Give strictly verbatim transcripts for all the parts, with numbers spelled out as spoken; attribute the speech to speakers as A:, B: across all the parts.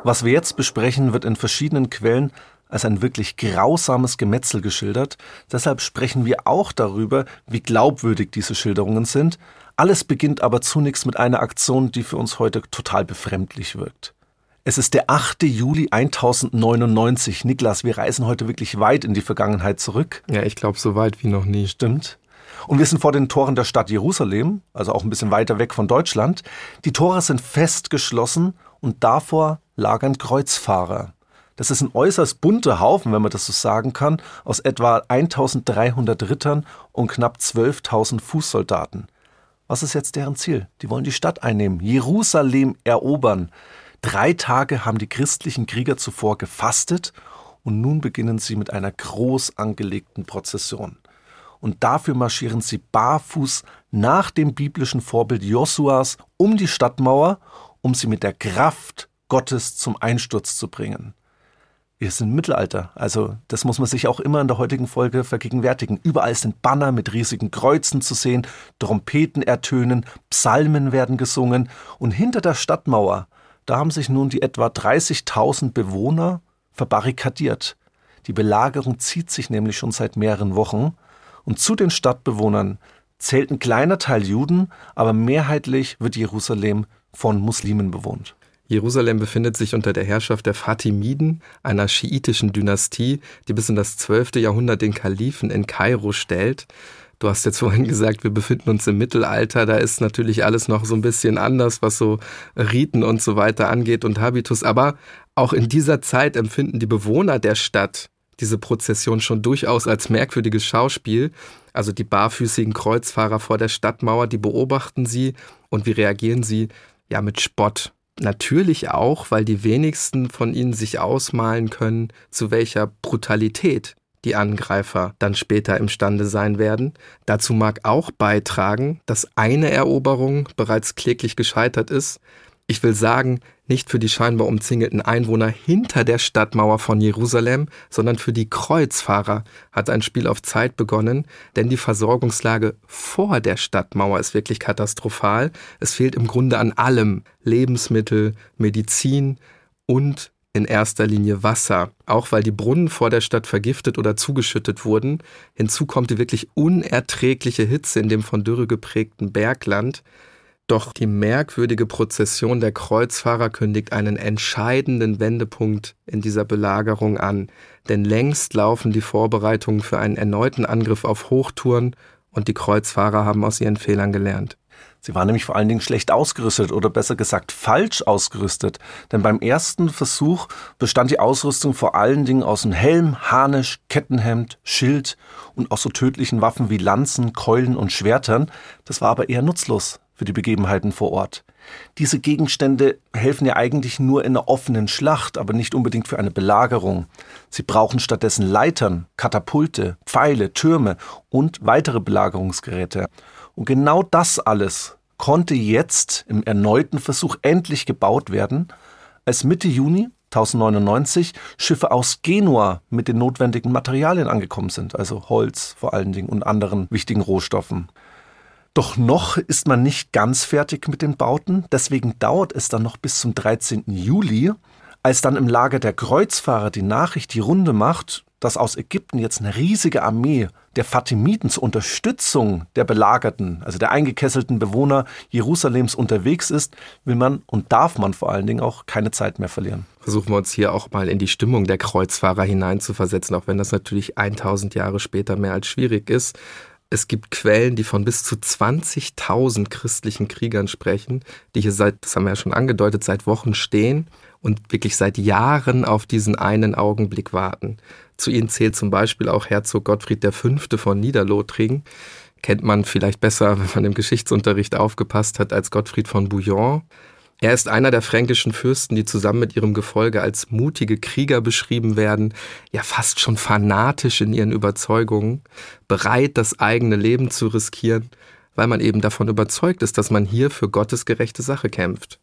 A: Was wir jetzt besprechen, wird in verschiedenen Quellen als ein wirklich grausames Gemetzel geschildert. Deshalb sprechen wir auch darüber, wie glaubwürdig diese Schilderungen sind. Alles beginnt aber zunächst mit einer Aktion, die für uns heute total befremdlich wirkt. Es ist der achte Juli tausendneunundneunzig. Niklas, wir reisen heute wirklich weit in die Vergangenheit zurück.
B: Ja, ich glaube, so weit wie noch nie.
A: Stimmt. Und wir sind vor den Toren der Stadt Jerusalem, also auch ein bisschen weiter weg von Deutschland. Die Tore sind fest geschlossen und davor lagern Kreuzfahrer. Das ist ein äußerst bunter Haufen, wenn man das so sagen kann, aus etwa eintausenddreihundert Rittern und knapp zwölftausend Fußsoldaten. Was ist jetzt deren Ziel? Die wollen die Stadt einnehmen, Jerusalem erobern. Drei Tage haben die christlichen Krieger zuvor gefastet und nun beginnen sie mit einer groß angelegten Prozession. Und dafür marschieren sie barfuß nach dem biblischen Vorbild Josuas um die Stadtmauer, um sie mit der Kraft Gottes zum Einsturz zu bringen. Wir sind im Mittelalter, also das muss man sich auch immer in der heutigen Folge vergegenwärtigen. Überall sind Banner mit riesigen Kreuzen zu sehen, Trompeten ertönen, Psalmen werden gesungen und hinter der Stadtmauer, da haben sich nun die etwa dreißigtausend Bewohner verbarrikadiert. Die Belagerung zieht sich nämlich schon seit mehreren Wochen und zu den Stadtbewohnern zählt ein kleiner Teil Juden, aber mehrheitlich wird Jerusalem von Muslimen bewohnt.
B: Jerusalem befindet sich unter der Herrschaft der Fatimiden, einer schiitischen Dynastie, die bis in das zwölfte Jahrhundert den Kalifen in Kairo stellt. Du hast jetzt vorhin gesagt, wir befinden uns im Mittelalter, da ist natürlich alles noch so ein bisschen anders, was so Riten und so weiter angeht und Habitus. Aber auch in dieser Zeit empfinden die Bewohner der Stadt diese Prozession schon durchaus als merkwürdiges Schauspiel. Also die barfüßigen Kreuzfahrer vor der Stadtmauer, die beobachten sie und wie reagieren sie? Ja, mit Spott. Natürlich auch, weil die wenigsten von ihnen sich ausmalen können, zu welcher Brutalität die Angreifer dann später imstande sein werden. Dazu mag auch beitragen, dass eine Eroberung bereits kläglich gescheitert ist. Ich will sagen, nicht für die scheinbar umzingelten Einwohner hinter der Stadtmauer von Jerusalem, sondern für die Kreuzfahrer hat ein Spiel auf Zeit begonnen, denn die Versorgungslage vor der Stadtmauer ist wirklich katastrophal. Es fehlt im Grunde an allem: Lebensmittel, Medizin und in erster Linie Wasser, auch weil die Brunnen vor der Stadt vergiftet oder zugeschüttet wurden. Hinzu kommt die wirklich unerträgliche Hitze in dem von Dürre geprägten Bergland. Doch die merkwürdige Prozession der Kreuzfahrer kündigt einen entscheidenden Wendepunkt in dieser Belagerung an. Denn längst laufen die Vorbereitungen für einen erneuten Angriff auf Hochtouren und die Kreuzfahrer haben aus ihren Fehlern gelernt.
A: Sie waren nämlich vor allen Dingen schlecht ausgerüstet oder besser gesagt falsch ausgerüstet. Denn beim ersten Versuch bestand die Ausrüstung vor allen Dingen aus einem Helm, Harnisch, Kettenhemd, Schild und auch so tödlichen Waffen wie Lanzen, Keulen und Schwertern. Das war aber eher nutzlos für die Begebenheiten vor Ort. Diese Gegenstände helfen ja eigentlich nur in einer offenen Schlacht, aber nicht unbedingt für eine Belagerung. Sie brauchen stattdessen Leitern, Katapulte, Pfeile, Türme und weitere Belagerungsgeräte. Und genau das alles konnte jetzt im erneuten Versuch endlich gebaut werden, als Mitte Juni tausendneunundneunzig Schiffe aus Genua mit den notwendigen Materialien angekommen sind, also Holz vor allen Dingen und anderen wichtigen Rohstoffen. Doch noch ist man nicht ganz fertig mit den Bauten, deswegen dauert es dann noch bis zum dreizehnten Juli, als dann im Lager der Kreuzfahrer die Nachricht die Runde macht, dass aus Ägypten jetzt eine riesige Armee der Fatimiden zur Unterstützung der belagerten, also der eingekesselten Bewohner Jerusalems unterwegs ist, will man und darf man vor allen Dingen auch keine Zeit mehr verlieren.
B: Versuchen wir uns hier auch mal in die Stimmung der Kreuzfahrer hineinzuversetzen, auch wenn das natürlich tausend Jahre später mehr als schwierig ist. Es gibt Quellen, die von bis zu zwanzigtausend christlichen Kriegern sprechen, die hier seit, das haben wir ja schon angedeutet, seit Wochen stehen und wirklich seit Jahren auf diesen einen Augenblick warten. Zu ihnen zählt zum Beispiel auch Herzog Gottfried der Fünfte von Niederlothringen. Kennt man vielleicht besser, wenn man im Geschichtsunterricht aufgepasst hat, als Gottfried von Bouillon. Er ist einer der fränkischen Fürsten, die zusammen mit ihrem Gefolge als mutige Krieger beschrieben werden, ja fast schon fanatisch in ihren Überzeugungen, bereit, das eigene Leben zu riskieren, weil man eben davon überzeugt ist, dass man hier für Gottes gerechte Sache kämpft.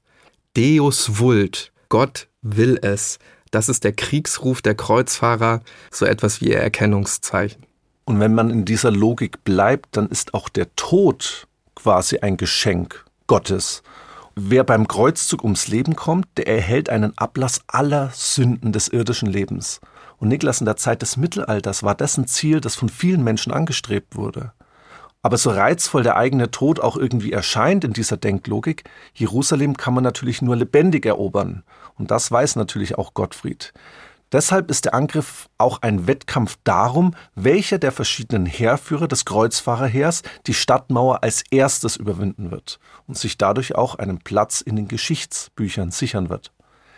B: Deus vult, Gott will es, das ist der Kriegsruf der Kreuzfahrer, so etwas wie ihr Erkennungszeichen.
A: Und wenn man in dieser Logik bleibt, dann ist auch der Tod quasi ein Geschenk Gottes. Wer beim Kreuzzug ums Leben kommt, der erhält einen Ablass aller Sünden des irdischen Lebens. Und Niklas, in der Zeit des Mittelalters war das ein Ziel, das von vielen Menschen angestrebt wurde. Aber so reizvoll der eigene Tod auch irgendwie erscheint in dieser Denklogik, Jerusalem kann man natürlich nur lebendig erobern. Und das weiß natürlich auch Gottfried. Deshalb ist der Angriff auch ein Wettkampf darum, welcher der verschiedenen Heerführer des Kreuzfahrerheers die Stadtmauer als erstes überwinden wird und sich dadurch auch einen Platz in den Geschichtsbüchern sichern wird.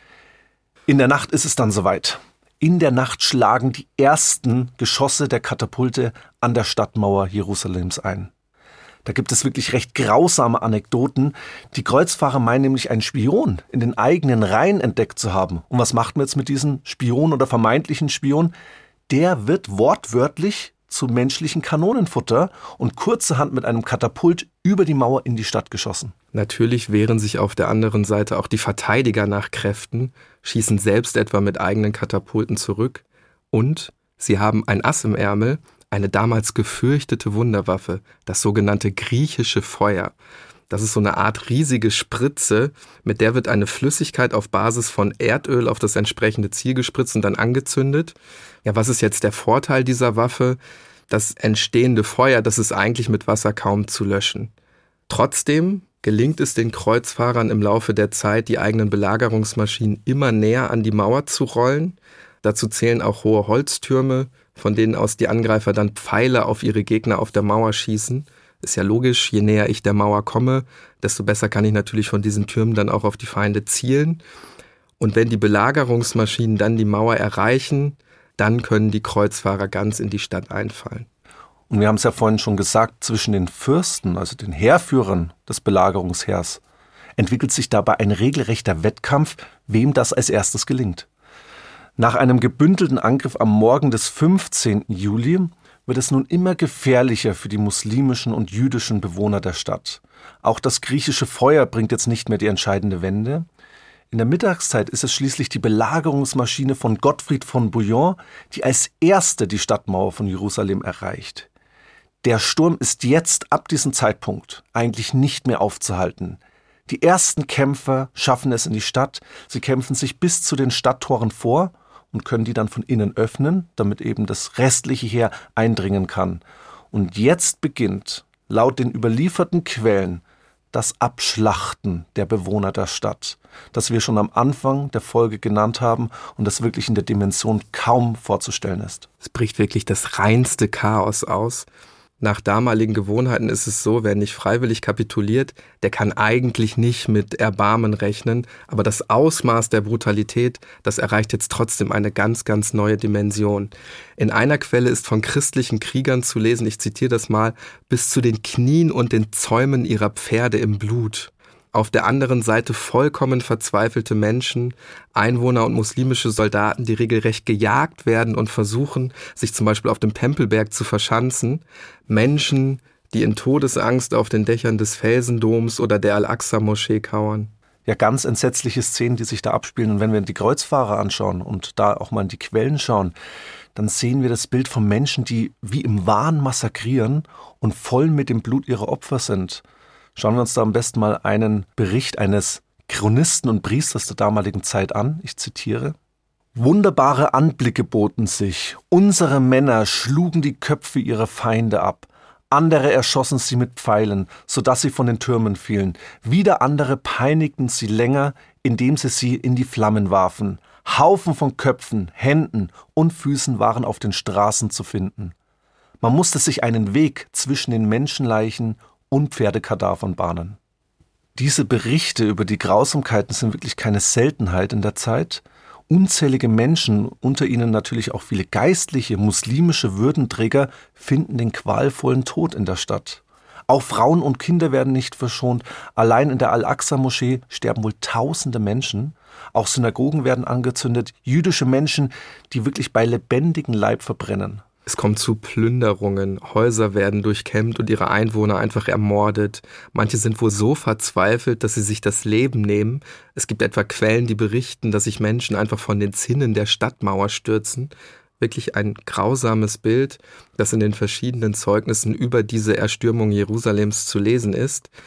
A: In der Nacht ist es dann soweit. In der Nacht schlagen die ersten Geschosse der Katapulte an der Stadtmauer Jerusalems ein. Da gibt es wirklich recht grausame Anekdoten. Die Kreuzfahrer meinen nämlich, einen Spion in den eigenen Reihen entdeckt zu haben. Und was macht man jetzt mit diesem Spion oder vermeintlichen Spion? Der wird wortwörtlich zu menschlichen Kanonenfutter und kurzerhand mit einem Katapult über die Mauer in die Stadt geschossen.
B: Natürlich wehren sich auf der anderen Seite auch die Verteidiger nach Kräften, schießen selbst etwa mit eigenen Katapulten zurück und sie haben ein Ass im Ärmel, eine damals gefürchtete Wunderwaffe, das sogenannte griechische Feuer. Das ist so eine Art riesige Spritze, mit der wird eine Flüssigkeit auf Basis von Erdöl auf das entsprechende Ziel gespritzt und dann angezündet. Ja, was ist jetzt der Vorteil dieser Waffe? Das entstehende Feuer, das ist eigentlich mit Wasser kaum zu löschen. Trotzdem gelingt es den Kreuzfahrern im Laufe der Zeit, die eigenen Belagerungsmaschinen immer näher an die Mauer zu rollen. Dazu zählen auch hohe Holztürme, von denen aus die Angreifer dann Pfeile auf ihre Gegner auf der Mauer schießen. Ist ja logisch, je näher ich der Mauer komme, desto besser kann ich natürlich von diesen Türmen dann auch auf die Feinde zielen. Und wenn die Belagerungsmaschinen dann die Mauer erreichen, dann können die Kreuzfahrer ganz in die Stadt einfallen.
A: Und wir haben es ja vorhin schon gesagt, zwischen den Fürsten, also den Heerführern des Belagerungsheers, entwickelt sich dabei ein regelrechter Wettkampf, wem das als erstes gelingt. Nach einem gebündelten Angriff am Morgen des fünfzehnten Juli wird es nun immer gefährlicher für die muslimischen und jüdischen Bewohner der Stadt. Auch das griechische Feuer bringt jetzt nicht mehr die entscheidende Wende. In der Mittagszeit ist es schließlich die Belagerungsmaschine von Gottfried von Bouillon, die als erste die Stadtmauer von Jerusalem erreicht. Der Sturm ist jetzt ab diesem Zeitpunkt eigentlich nicht mehr aufzuhalten. Die ersten Kämpfer schaffen es in die Stadt, sie kämpfen sich bis zu den Stadttoren vor und können die dann von innen öffnen, damit eben das restliche Heer eindringen kann. Und jetzt beginnt, laut den überlieferten Quellen, das Abschlachten der Bewohner der Stadt, das wir schon am Anfang der Folge genannt haben und das wirklich in der Dimension kaum vorzustellen ist.
B: Es bricht wirklich das reinste Chaos aus. Nach damaligen Gewohnheiten ist es so, wer nicht freiwillig kapituliert, der kann eigentlich nicht mit Erbarmen rechnen. Aber das Ausmaß der Brutalität, das erreicht jetzt trotzdem eine ganz, ganz neue Dimension. In einer Quelle ist von christlichen Kriegern zu lesen, ich zitiere das mal, bis zu den Knien und den Zäumen ihrer Pferde im Blut. Auf der anderen Seite vollkommen verzweifelte Menschen, Einwohner und muslimische Soldaten, die regelrecht gejagt werden und versuchen, sich zum Beispiel auf dem Tempelberg zu verschanzen. Menschen, die in Todesangst auf den Dächern des Felsendoms oder der Al-Aqsa-Moschee kauern.
A: Ja, ganz entsetzliche Szenen, die sich da abspielen. Und wenn wir die Kreuzfahrer anschauen und da auch mal in die Quellen schauen, dann sehen wir das Bild von Menschen, die wie im Wahn massakrieren und voll mit dem Blut ihrer Opfer sind. Schauen wir uns da am besten mal einen Bericht eines Chronisten und Priesters der damaligen Zeit an. Ich zitiere. Wunderbare Anblicke boten sich. Unsere Männer schlugen die Köpfe ihrer Feinde ab. Andere erschossen sie mit Pfeilen, sodass sie von den Türmen fielen. Wieder andere peinigten sie länger, indem sie sie in die Flammen warfen. Haufen von Köpfen, Händen und Füßen waren auf den Straßen zu finden. Man musste sich einen Weg zwischen den Menschenleichen und Pferdekadavern bahnen. Diese Berichte über die Grausamkeiten sind wirklich keine Seltenheit in der Zeit. Unzählige Menschen, unter ihnen natürlich auch viele geistliche, muslimische Würdenträger, finden den qualvollen Tod in der Stadt. Auch Frauen und Kinder werden nicht verschont. Allein in der Al-Aqsa-Moschee sterben wohl tausende Menschen. Auch Synagogen werden angezündet. Jüdische Menschen, die wirklich bei lebendigem Leib verbrennen.
B: Es kommt zu Plünderungen, Häuser werden durchkämmt und ihre Einwohner einfach ermordet. Manche sind wohl so verzweifelt, dass sie sich das Leben nehmen. Es gibt etwa Quellen, die berichten, dass sich Menschen einfach von den Zinnen der Stadtmauer stürzen. Wirklich ein grausames Bild, das in den verschiedenen Zeugnissen über diese Erstürmung Jerusalems zu lesen ist.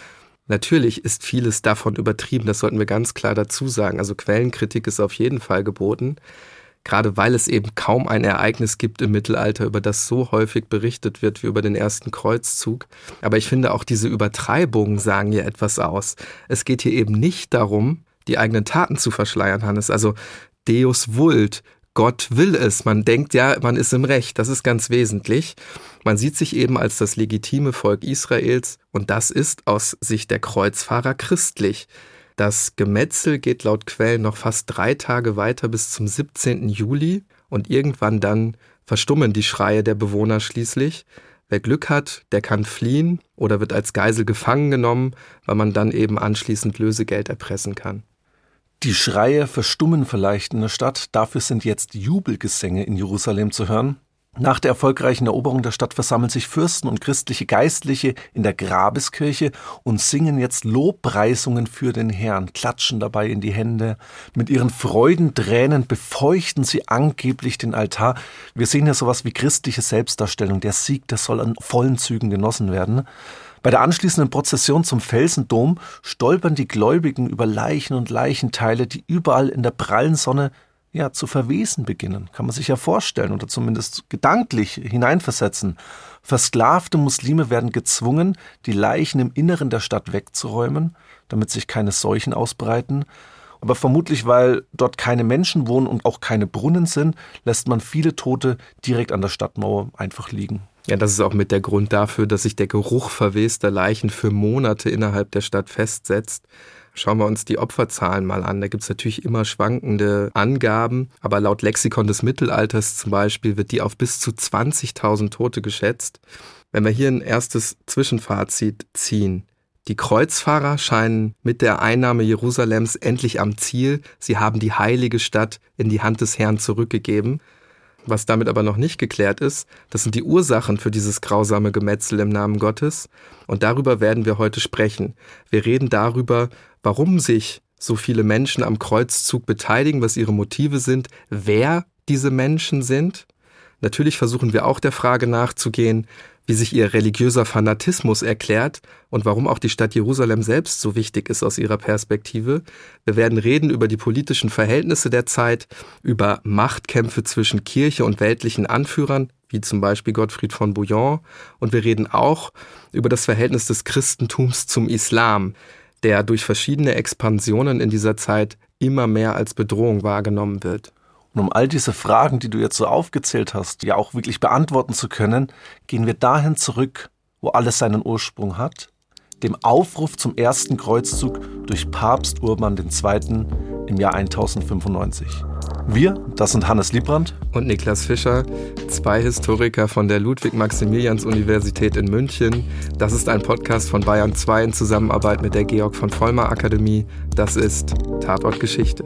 B: Natürlich ist vieles davon übertrieben, das sollten wir ganz klar dazu sagen. Also Quellenkritik ist auf jeden Fall geboten, gerade weil es eben kaum ein Ereignis gibt im Mittelalter, über das so häufig berichtet wird wie über den ersten Kreuzzug. Aber ich finde, auch diese Übertreibungen sagen hier etwas aus. Es geht hier eben nicht darum, die eigenen Taten zu verschleiern, Hannes. Also Deus vult, Gott will es. Man denkt ja, man ist im Recht. Das ist ganz wesentlich. Man sieht sich eben als das legitime Volk Israels und das ist aus Sicht der Kreuzfahrer christlich. Das Gemetzel geht laut Quellen noch fast drei Tage weiter bis zum siebzehnten Juli und irgendwann dann verstummen die Schreie der Bewohner schließlich. Wer Glück hat, der kann fliehen oder wird als Geisel gefangen genommen, weil man dann eben anschließend Lösegeld erpressen kann.
A: Die Schreie verstummen vielleicht in der Stadt, dafür sind jetzt Jubelgesänge in Jerusalem zu hören. Nach der erfolgreichen Eroberung der Stadt versammeln sich Fürsten und christliche Geistliche in der Grabeskirche und singen jetzt Lobpreisungen für den Herrn, klatschen dabei in die Hände. Mit ihren Freudentränen befeuchten sie angeblich den Altar. Wir sehen ja sowas wie christliche Selbstdarstellung. Der Sieg, der soll an vollen Zügen genossen werden. Bei der anschließenden Prozession zum Felsendom stolpern die Gläubigen über Leichen und Leichenteile, die überall in der prallen Sonne ja, zu verwesen beginnen. Kann man sich ja vorstellen oder zumindest gedanklich hineinversetzen. Versklavte Muslime werden gezwungen, die Leichen im Inneren der Stadt wegzuräumen, damit sich keine Seuchen ausbreiten. Aber vermutlich, weil dort keine Menschen wohnen und auch keine Brunnen sind, lässt man viele Tote direkt an der Stadtmauer einfach liegen.
B: Ja, das ist auch mit der Grund dafür, dass sich der Geruch verwester Leichen für Monate innerhalb der Stadt festsetzt. Schauen wir uns die Opferzahlen mal an. Da gibt es natürlich immer schwankende Angaben, aber laut Lexikon des Mittelalters zum Beispiel wird die auf bis zu zwanzigtausend Tote geschätzt. Wenn wir hier ein erstes Zwischenfazit ziehen. Die Kreuzfahrer scheinen mit der Einnahme Jerusalems endlich am Ziel. Sie haben die heilige Stadt in die Hand des Herrn zurückgegeben. Was damit aber noch nicht geklärt ist, das sind die Ursachen für dieses grausame Gemetzel im Namen Gottes. Und darüber werden wir heute sprechen. Wir reden darüber, warum sich so viele Menschen am Kreuzzug beteiligen, was ihre Motive sind, wer diese Menschen sind. Natürlich versuchen wir auch der Frage nachzugehen, wie sich ihr religiöser Fanatismus erklärt und warum auch die Stadt Jerusalem selbst so wichtig ist aus ihrer Perspektive. Wir werden reden über die politischen Verhältnisse der Zeit, über Machtkämpfe zwischen Kirche und weltlichen Anführern, wie zum Beispiel Gottfried von Bouillon. Und wir reden auch über das Verhältnis des Christentums zum Islam, der durch verschiedene Expansionen in dieser Zeit immer mehr als Bedrohung wahrgenommen wird.
A: Und um all diese Fragen, die du jetzt so aufgezählt hast, ja auch wirklich beantworten zu können, gehen wir dahin zurück, wo alles seinen Ursprung hat, dem Aufruf zum ersten Kreuzzug durch Papst Urban der Zweite. im Jahr tausendfünfundneunzig. Wir, das sind Hannes Liebrandt
B: und Niklas Fischer, zwei Historiker von der Ludwig-Maximilians-Universität in München. Das ist ein Podcast von Bayern zwei in Zusammenarbeit mit der Georg von Vollmar Akademie. Das ist Tatort Geschichte.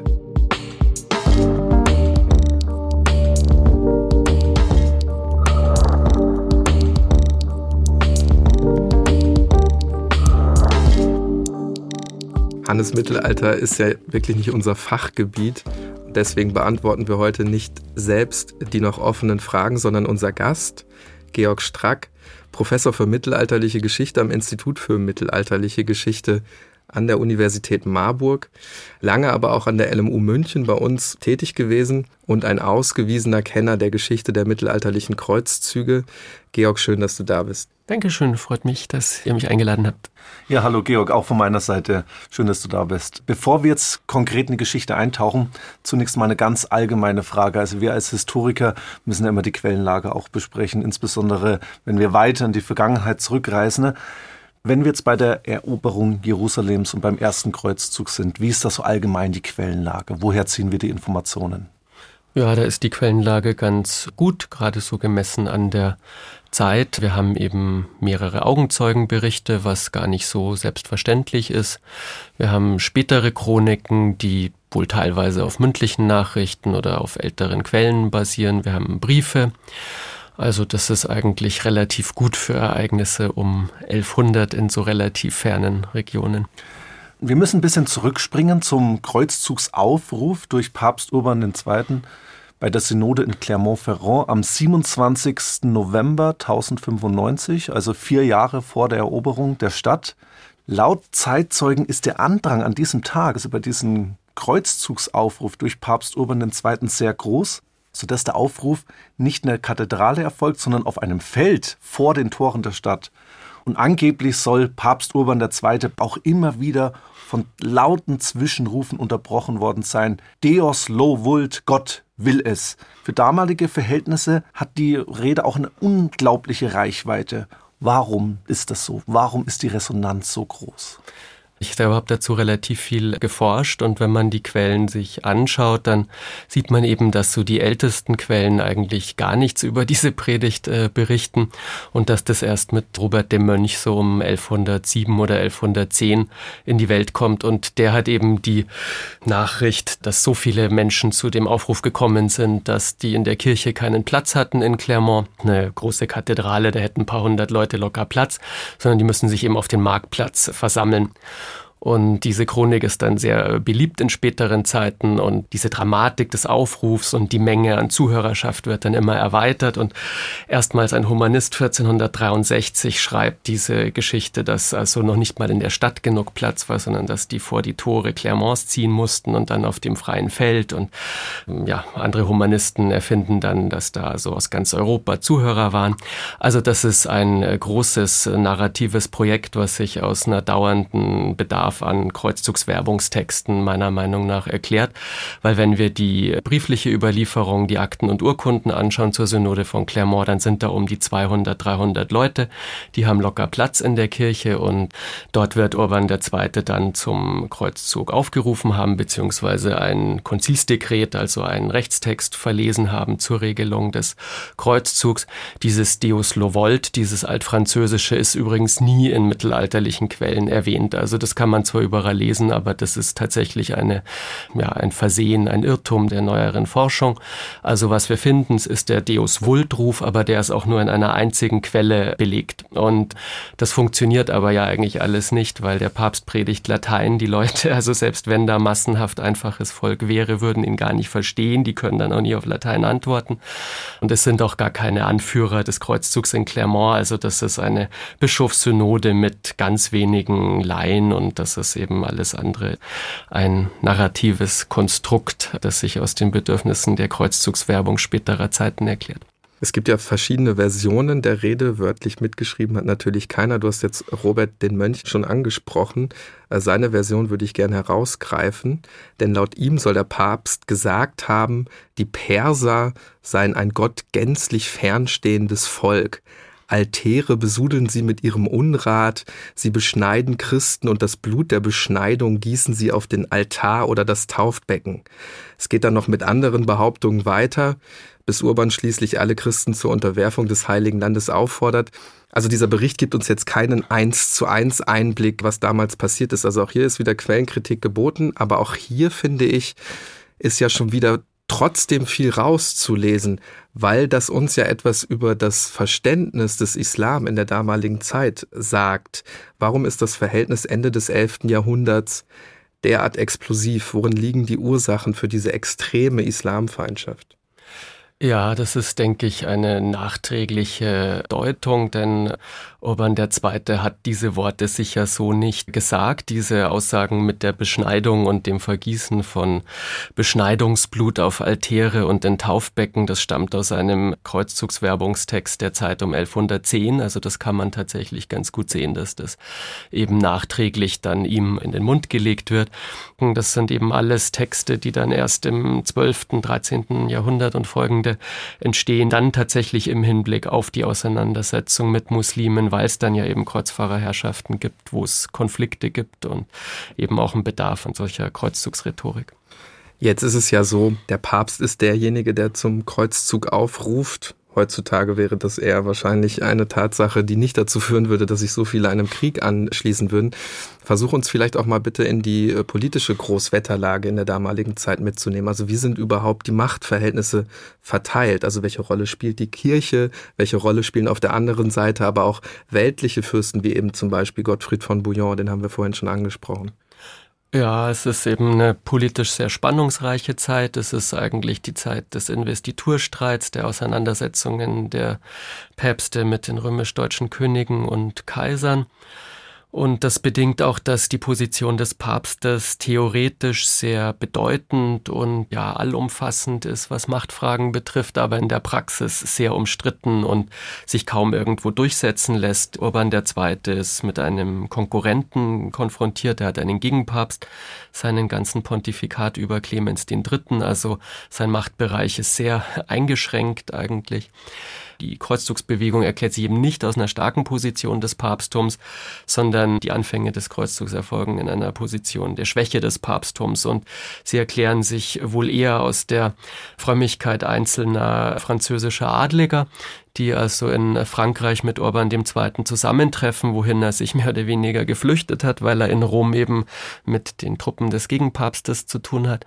B: Hannes, Mittelalter ist ja wirklich nicht unser Fachgebiet. Deswegen beantworten wir heute nicht selbst die noch offenen Fragen, sondern unser Gast, Georg Strack, Professor für mittelalterliche Geschichte am Institut für mittelalterliche Geschichte an der Universität Marburg, lange aber auch an der L M U München bei uns tätig gewesen und ein ausgewiesener Kenner der Geschichte der mittelalterlichen Kreuzzüge. Georg, schön, dass du da bist.
C: Dankeschön, freut mich, dass ihr mich eingeladen habt.
A: Ja, hallo Georg, auch von meiner Seite. Schön, dass du da bist. Bevor wir jetzt konkret in die Geschichte eintauchen, zunächst mal eine ganz allgemeine Frage. Also wir als Historiker müssen ja immer die Quellenlage auch besprechen, insbesondere wenn wir weiter in die Vergangenheit zurückreisen. Wenn wir jetzt bei der Eroberung Jerusalems und beim ersten Kreuzzug sind, wie ist das so allgemein die Quellenlage? Woher ziehen wir die Informationen?
C: Ja, da ist die Quellenlage ganz gut, gerade so gemessen an der Zeit. Wir haben eben mehrere Augenzeugenberichte, was gar nicht so selbstverständlich ist. Wir haben spätere Chroniken, die wohl teilweise auf mündlichen Nachrichten oder auf älteren Quellen basieren. Wir haben Briefe. Also das ist eigentlich relativ gut für Ereignisse um elfhundert in so relativ fernen Regionen.
A: Wir müssen ein bisschen zurückspringen zum Kreuzzugsaufruf durch Papst Urban der Zweite. bei der Synode in Clermont-Ferrand am siebenundzwanzigsten November tausendfünfundneunzig, also vier Jahre vor der Eroberung der Stadt, Laut Zeitzeugen ist der Andrang an diesem Tag, also bei diesem Kreuzzugsaufruf durch Papst Urban der Zweite. Sehr groß, sodass der Aufruf nicht in der Kathedrale erfolgt, sondern auf einem Feld vor den Toren der Stadt. Und angeblich soll Papst Urban der Zweite. auch immer wieder von lauten Zwischenrufen unterbrochen worden sein. Deus lo vult, Gott will es. Für damalige Verhältnisse hat die Rede auch eine unglaubliche Reichweite. Warum ist das so? Warum ist die Resonanz so groß?
C: Ich selber habe dazu relativ viel geforscht und wenn man die Quellen sich anschaut, dann sieht man eben, dass so die ältesten Quellen eigentlich gar nichts über diese Predigt äh, berichten und dass das erst mit Robert dem Mönch so um elfhundertsieben oder elfhundertzehn in die Welt kommt und der hat eben die Nachricht, dass so viele Menschen zu dem Aufruf gekommen sind, dass die in der Kirche keinen Platz hatten in Clermont, eine große Kathedrale, da hätten ein paar hundert Leute locker Platz, sondern die müssen sich eben auf den Marktplatz versammeln. Und diese Chronik ist dann sehr beliebt in späteren Zeiten und diese Dramatik des Aufrufs und die Menge an Zuhörerschaft wird dann immer erweitert und erstmals ein Humanist vierzehnhundertdreiundsechzig schreibt diese Geschichte, dass also noch nicht mal in der Stadt genug Platz war, sondern dass die vor die Tore Clermonts ziehen mussten und dann auf dem freien Feld und ja, andere Humanisten erfinden dann, dass da so aus ganz Europa Zuhörer waren. Also das ist ein großes narratives Projekt, was sich aus einer dauernden Bedarf an Kreuzzugswerbungstexten meiner Meinung nach erklärt, weil wenn wir die briefliche Überlieferung, die Akten und Urkunden anschauen zur Synode von Clermont, dann sind da um die zweihundert, dreihundert Leute, die haben locker Platz in der Kirche und dort wird Urban der Zweite. Dann zum Kreuzzug aufgerufen haben, beziehungsweise ein Konzilsdekret, also einen Rechtstext verlesen haben zur Regelung des Kreuzzugs. Dieses Deus lo vult, dieses Altfranzösische ist übrigens nie in mittelalterlichen Quellen erwähnt, also das kann man zwar überall lesen, aber das ist tatsächlich eine, ja, ein Versehen, ein Irrtum der neueren Forschung. Also was wir finden, ist der Deus Vult-Ruf, aber der ist auch nur in einer einzigen Quelle belegt. Und das funktioniert aber ja eigentlich alles nicht, weil der Papst predigt Latein. Die Leute, also selbst wenn da massenhaft einfaches Volk wäre, würden ihn gar nicht verstehen. Die können dann auch nie auf Latein antworten. Und es sind auch gar keine Anführer des Kreuzzugs in Clermont. Also das ist eine Bischofssynode mit ganz wenigen Laien und das ist eben alles andere ein narratives Konstrukt, das sich aus den Bedürfnissen der Kreuzzugswerbung späterer Zeiten erklärt.
B: Es gibt ja verschiedene Versionen der Rede, wörtlich mitgeschrieben hat natürlich keiner. Du hast jetzt Robert den Mönch schon angesprochen. Seine Version würde ich gerne herausgreifen, denn laut ihm soll der Papst gesagt haben, die Perser seien ein Gott gänzlich fernstehendes Volk. Altäre besudeln sie mit ihrem Unrat, sie beschneiden Christen und das Blut der Beschneidung gießen sie auf den Altar oder das Taufbecken. Es geht dann noch mit anderen Behauptungen weiter, bis Urban schließlich alle Christen zur Unterwerfung des Heiligen Landes auffordert. Also dieser Bericht gibt uns jetzt keinen eins zu eins Einblick, was damals passiert ist. Also auch hier ist wieder Quellenkritik geboten, aber auch hier, finde ich, ist ja schon wieder trotzdem viel rauszulesen, weil das uns ja etwas über das Verständnis des Islam in der damaligen Zeit sagt. Warum ist das Verhältnis Ende des elften Jahrhunderts derart explosiv? Worin liegen die Ursachen für diese extreme Islamfeindschaft?
C: Ja, das ist, denke ich, eine nachträgliche Deutung, denn Urban der Zweite hat diese Worte sicher so nicht gesagt. Diese Aussagen mit der Beschneidung und dem Vergießen von Beschneidungsblut auf Altäre und den Taufbecken, das stammt aus einem Kreuzzugswerbungstext der Zeit um elfhundertzehn. Also das kann man tatsächlich ganz gut sehen, dass das eben nachträglich dann ihm in den Mund gelegt wird. Das sind eben alles Texte, die dann erst im zwölften, dreizehnten Jahrhundert und folgende entstehen, dann tatsächlich im Hinblick auf die Auseinandersetzung mit Muslimen, weil es dann ja eben Kreuzfahrerherrschaften gibt, wo es Konflikte gibt und eben auch einen Bedarf an solcher Kreuzzugsrhetorik.
B: Jetzt ist es ja so, der Papst ist derjenige, der zum Kreuzzug aufruft. Heutzutage wäre das eher wahrscheinlich eine Tatsache, die nicht dazu führen würde, dass sich so viele einem Krieg anschließen würden. Versuch uns vielleicht auch mal bitte in die politische Großwetterlage in der damaligen Zeit mitzunehmen. Also wie sind überhaupt die Machtverhältnisse verteilt? Also welche Rolle spielt die Kirche? Welche Rolle spielen auf der anderen Seite aber auch weltliche Fürsten, wie eben zum Beispiel Gottfried von Bouillon, den haben wir vorhin schon angesprochen.
C: Ja, es ist eben eine politisch sehr spannungsreiche Zeit. Es ist eigentlich die Zeit des Investiturstreits, der Auseinandersetzungen der Päpste mit den römisch-deutschen Königen und Kaisern. Und das bedingt auch, dass die Position des Papstes theoretisch sehr bedeutend und ja allumfassend ist, was Machtfragen betrifft, aber in der Praxis sehr umstritten und sich kaum irgendwo durchsetzen lässt. Urban der Zweite ist mit einem Konkurrenten konfrontiert, er hat einen Gegenpapst, seinen ganzen Pontifikat über Clemens den Dritten, also sein Machtbereich ist sehr eingeschränkt eigentlich. Die Kreuzzugsbewegung erklärt sich eben nicht aus einer starken Position des Papsttums, sondern die Anfänge des Kreuzzugs erfolgen in einer Position der Schwäche des Papsttums und sie erklären sich wohl eher aus der Frömmigkeit einzelner französischer Adliger, die also in Frankreich mit Urban der Zweite zusammentreffen, wohin er sich mehr oder weniger geflüchtet hat, weil er in Rom eben mit den Truppen des Gegenpapstes zu tun hat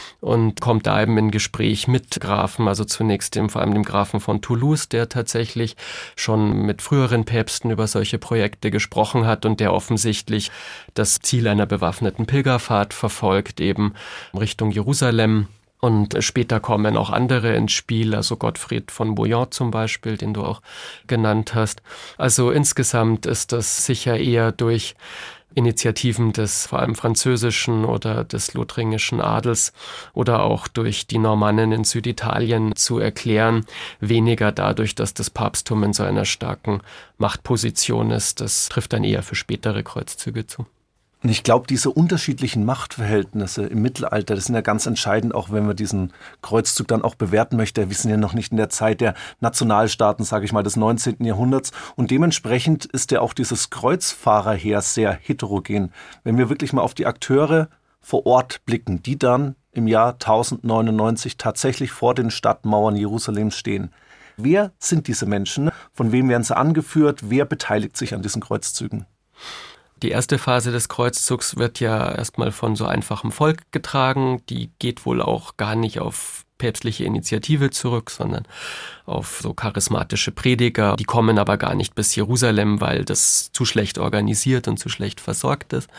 C: und kommt da eben in Gespräch mit Grafen, also zunächst dem, vor allem dem Grafen von Toulouse, der tatsächlich schon mit früheren Päpsten über solche Projekte gesprochen hat und der offensichtlich das Ziel einer bewaffneten Pilgerfahrt verfolgt, eben Richtung Jerusalem. Und später kommen auch andere ins Spiel, also Gottfried von Bouillon zum Beispiel, den du auch genannt hast. Also insgesamt ist das sicher eher durch Initiativen des vor allem französischen oder des lothringischen Adels oder auch durch die Normannen in Süditalien zu erklären, weniger dadurch, dass das Papsttum in so einer starken Machtposition ist. Das trifft dann eher für spätere Kreuzzüge zu.
A: Und ich glaube, diese unterschiedlichen Machtverhältnisse im Mittelalter, das sind ja ganz entscheidend, auch wenn man diesen Kreuzzug dann auch bewerten möchte. Wir sind ja noch nicht in der Zeit der Nationalstaaten, sage ich mal, des neunzehnten Jahrhunderts. Und dementsprechend ist ja auch dieses Kreuzfahrerheer sehr heterogen. Wenn wir wirklich mal auf die Akteure vor Ort blicken, die dann im Jahr tausendneunundneunzig tatsächlich vor den Stadtmauern Jerusalems stehen. Wer sind diese Menschen? Von wem werden sie angeführt? Wer beteiligt sich an diesen Kreuzzügen?
C: Die erste Phase des Kreuzzugs wird ja erstmal von so einfachem Volk getragen. Die geht wohl auch gar nicht auf päpstliche Initiative zurück, sondern auf so charismatische Prediger. Die kommen aber gar nicht bis Jerusalem, weil das zu schlecht organisiert und zu schlecht versorgt ist.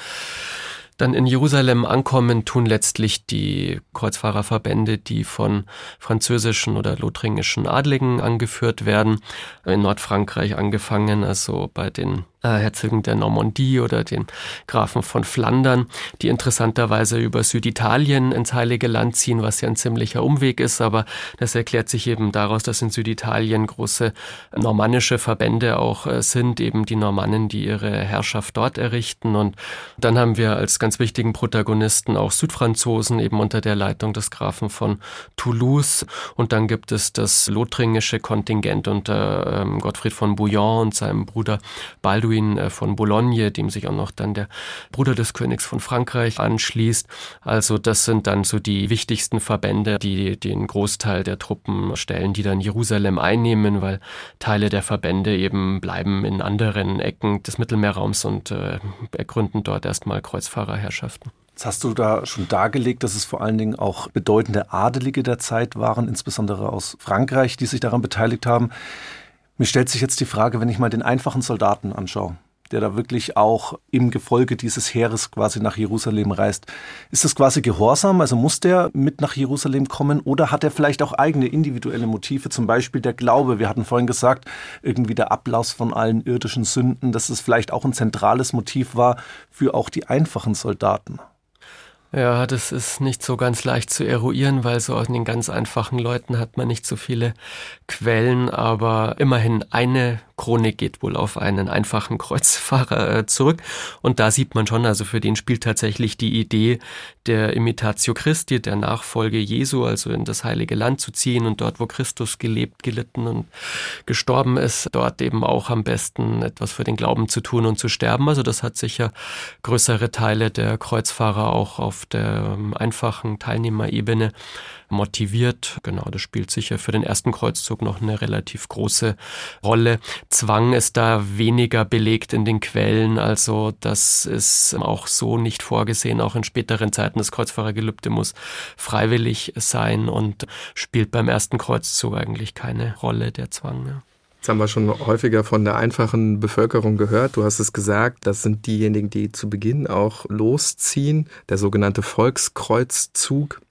C: Dann in Jerusalem ankommen tun letztlich die Kreuzfahrerverbände, die von französischen oder lothringischen Adligen angeführt werden. In Nordfrankreich angefangen, also bei den Herzögen der Normandie oder den Grafen von Flandern, die interessanterweise über Süditalien ins Heilige Land ziehen, was ja ein ziemlicher Umweg ist, aber das erklärt sich eben daraus, dass in Süditalien große normannische Verbände auch sind, eben die Normannen, die ihre Herrschaft dort errichten. Und dann haben wir als ganz wichtigen Protagonisten auch Südfranzosen, eben unter der Leitung des Grafen von Toulouse. Und dann gibt es das lothringische Kontingent unter ähm, Gottfried von Bouillon und seinem Bruder Balduin von Boulogne, dem sich auch noch dann der Bruder des Königs von Frankreich anschließt. Also das sind dann so die wichtigsten Verbände, die den Großteil der Truppen stellen, die dann Jerusalem einnehmen, weil Teile der Verbände eben bleiben in anderen Ecken des Mittelmeerraums und äh, ergründen dort erstmal Kreuzfahrerherrschaften.
A: Jetzt hast du da schon dargelegt, dass es vor allen Dingen auch bedeutende Adelige der Zeit waren, insbesondere aus Frankreich, die sich daran beteiligt haben. Mir stellt sich jetzt die Frage, wenn ich mal den einfachen Soldaten anschaue, der da wirklich auch im Gefolge dieses Heeres quasi nach Jerusalem reist. Ist das quasi Gehorsam? Also muss der mit nach Jerusalem kommen oder hat er vielleicht auch eigene individuelle Motive? Zum Beispiel der Glaube. Wir hatten vorhin gesagt, irgendwie der Ablass von allen irdischen Sünden, dass es vielleicht auch ein zentrales Motiv war für auch die einfachen Soldaten.
C: Ja, das ist nicht so ganz leicht zu eruieren, weil so aus den ganz einfachen Leuten hat man nicht so viele Quellen, aber immerhin eine Chronik geht wohl auf einen einfachen Kreuzfahrer zurück und da sieht man schon, also für den spielt tatsächlich die Idee der Imitatio Christi, der Nachfolge Jesu, also in das Heilige Land zu ziehen und dort, wo Christus gelebt, gelitten und gestorben ist, dort eben auch am besten etwas für den Glauben zu tun und zu sterben. Also das hat sicher größere Teile der Kreuzfahrer auch auf der einfachen Teilnehmerebene motiviert. Genau, das spielt sicher für den ersten Kreuzzug noch eine relativ große Rolle. Zwang ist da weniger belegt in den Quellen, also das ist auch so nicht vorgesehen, auch in späteren Zeiten. Das Kreuzfahrergelübde muss freiwillig sein und spielt beim ersten Kreuzzug eigentlich keine Rolle, der Zwang. Ja.
B: Jetzt haben wir schon häufiger von der einfachen Bevölkerung gehört. Du hast es gesagt, das sind diejenigen, die zu Beginn auch losziehen, der sogenannte Volkskreuzzug.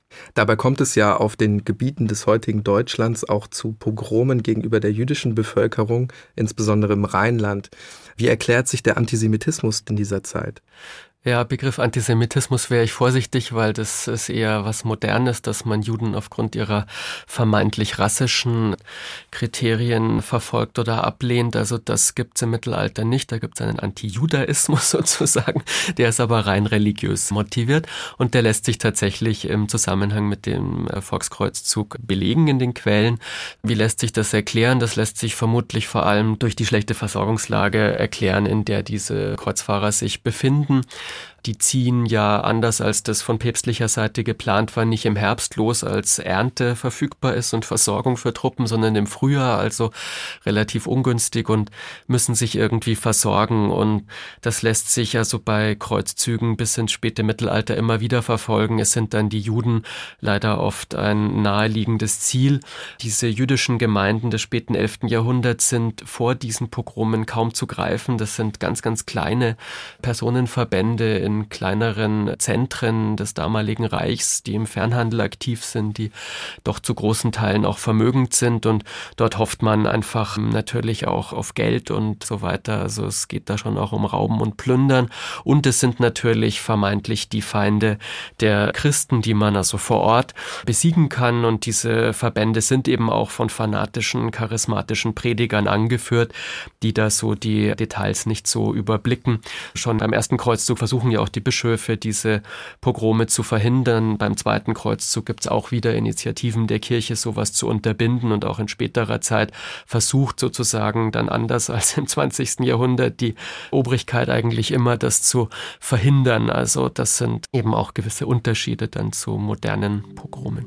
B: Dabei kommt es ja auf den Gebieten des heutigen Deutschlands auch zu Pogromen gegenüber der jüdischen Bevölkerung, insbesondere im Rheinland. Wie erklärt sich der Antisemitismus in dieser Zeit?
C: Ja, Begriff Antisemitismus wäre ich vorsichtig, weil das ist eher was Modernes, dass man Juden aufgrund ihrer vermeintlich rassischen Kriterien verfolgt oder ablehnt. Also das gibt's im Mittelalter nicht. Da gibt's einen Antijudaismus sozusagen, der ist aber rein religiös motiviert und der lässt sich tatsächlich im Zusammenhang mit dem Volkskreuzzug belegen in den Quellen. Wie lässt sich das erklären? Das lässt sich vermutlich vor allem durch die schlechte Versorgungslage erklären, in der diese Kreuzfahrer sich befinden. Die ziehen ja, anders als das von päpstlicher Seite geplant war, nicht im Herbst los, als Ernte verfügbar ist und Versorgung für Truppen, sondern im Frühjahr, also relativ ungünstig und müssen sich irgendwie versorgen. Und das lässt sich also bei Kreuzzügen bis ins späte Mittelalter immer wieder verfolgen. Es sind dann die Juden leider oft ein naheliegendes Ziel. Diese jüdischen Gemeinden des späten elften Jahrhunderts sind vor diesen Pogromen kaum zu greifen. Das sind ganz, ganz kleine Personenverbände in kleineren Zentren des damaligen Reichs, die im Fernhandel aktiv sind, die doch zu großen Teilen auch vermögend sind und dort hofft man einfach natürlich auch auf Geld und so weiter. Also es geht da schon auch um Rauben und Plündern und es sind natürlich vermeintlich die Feinde der Christen, die man also vor Ort besiegen kann und diese Verbände sind eben auch von fanatischen, charismatischen Predigern angeführt, die da so die Details nicht so überblicken. Schon beim ersten Kreuzzug versuchen ja auch die Bischöfe, diese Pogrome zu verhindern. Beim zweiten Kreuzzug gibt es auch wieder Initiativen der Kirche, sowas zu unterbinden und auch in späterer Zeit versucht sozusagen dann anders als im zwanzigsten Jahrhundert die Obrigkeit eigentlich immer das zu verhindern. Also das sind eben auch gewisse Unterschiede dann zu modernen Pogromen.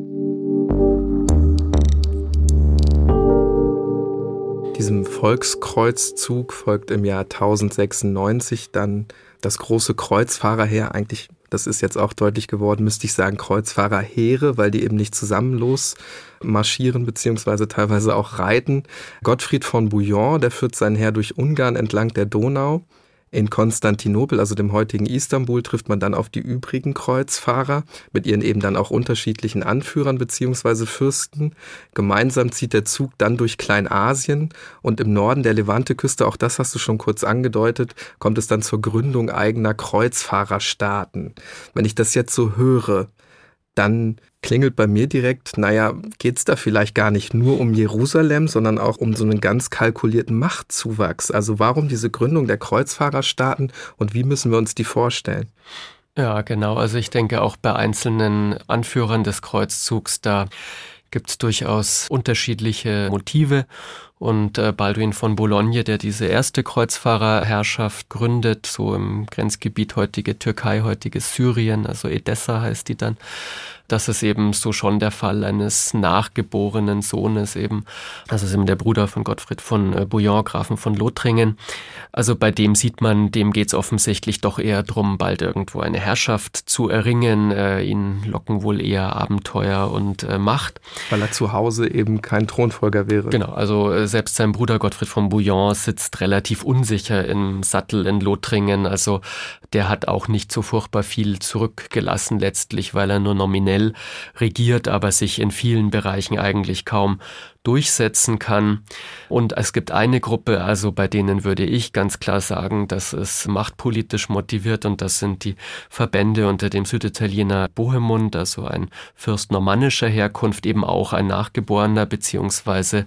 B: Diesem Volkskreuzzug folgt im Jahr tausendsechsundneunzig dann das große Kreuzfahrerheer, eigentlich, das ist jetzt auch deutlich geworden, müsste ich sagen Kreuzfahrerheere, weil die eben nicht zusammen losmarschieren beziehungsweise teilweise auch reiten. Gottfried von Bouillon, der führt sein Heer durch Ungarn entlang der Donau. In Konstantinopel, also dem heutigen Istanbul, trifft man dann auf die übrigen Kreuzfahrer mit ihren eben dann auch unterschiedlichen Anführern bzw. Fürsten. Gemeinsam zieht der Zug dann durch Kleinasien und im Norden der Levante-Küste, auch das hast du schon kurz angedeutet, kommt es dann zur Gründung eigener Kreuzfahrerstaaten. Wenn ich das jetzt so höre, dann klingelt bei mir direkt, naja, geht's da vielleicht gar nicht nur um Jerusalem, sondern auch um so einen ganz kalkulierten Machtzuwachs. Also warum diese Gründung der Kreuzfahrerstaaten und wie müssen wir uns die vorstellen?
C: Ja, genau. Also ich denke auch bei einzelnen Anführern des Kreuzzugs, da gibt es durchaus unterschiedliche Motive. Und äh, Balduin von Boulogne, der diese erste Kreuzfahrerherrschaft gründet, so im Grenzgebiet heutige Türkei, heutiges Syrien, also Edessa heißt die dann. Das ist eben so schon der Fall eines nachgeborenen Sohnes eben. Das ist eben der Bruder von Gottfried von äh, Bouillon, Grafen von Lothringen. Also bei dem sieht man, dem geht's offensichtlich doch eher drum, bald irgendwo eine Herrschaft zu erringen. Äh, ihn locken wohl eher Abenteuer und äh, Macht.
B: Weil er zu Hause eben kein Thronfolger wäre.
C: Genau, also äh, selbst sein Bruder Gottfried von Bouillon sitzt relativ unsicher im Sattel in Lothringen. Also der hat auch nicht so furchtbar viel zurückgelassen letztlich, weil er nur nominell regiert, aber sich in vielen Bereichen eigentlich kaum durchsetzen kann. Und es gibt eine Gruppe, also bei denen würde ich ganz klar sagen, dass es machtpolitisch motiviert und das sind die Verbände unter dem Süditaliener Bohemund, also ein Fürst normannischer Herkunft, eben auch ein Nachgeborener beziehungsweise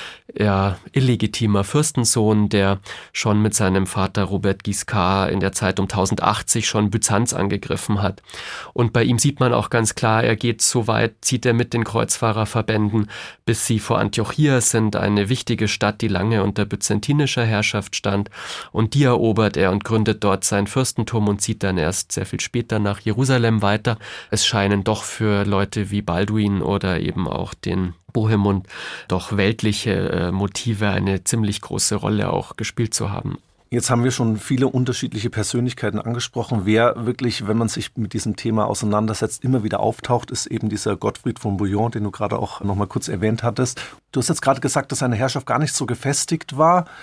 C: ja, illegitimer Fürstensohn, der schon mit seinem Vater Robert Guiscard in der Zeit um tausendachtzig schon Byzanz angegriffen hat. Und bei ihm sieht man auch ganz klar, er geht so weit, zieht er mit den Kreuzfahrerverbänden, bis sie vor Antiochia sind, eine wichtige Stadt, die lange unter byzantinischer Herrschaft stand. Und die erobert er und gründet dort sein Fürstentum und zieht dann erst sehr viel später nach Jerusalem weiter. Es scheinen doch für Leute wie Balduin oder eben auch den Bohemund doch weltliche äh, Motive eine ziemlich große Rolle auch gespielt zu haben.
A: Jetzt haben wir schon viele unterschiedliche Persönlichkeiten angesprochen. Wer wirklich, wenn man sich mit diesem Thema auseinandersetzt, immer wieder auftaucht, ist eben dieser Gottfried von Bouillon, den du gerade auch noch mal kurz erwähnt hattest. Du hast jetzt gerade gesagt, dass seine Herrschaft gar nicht so gefestigt war.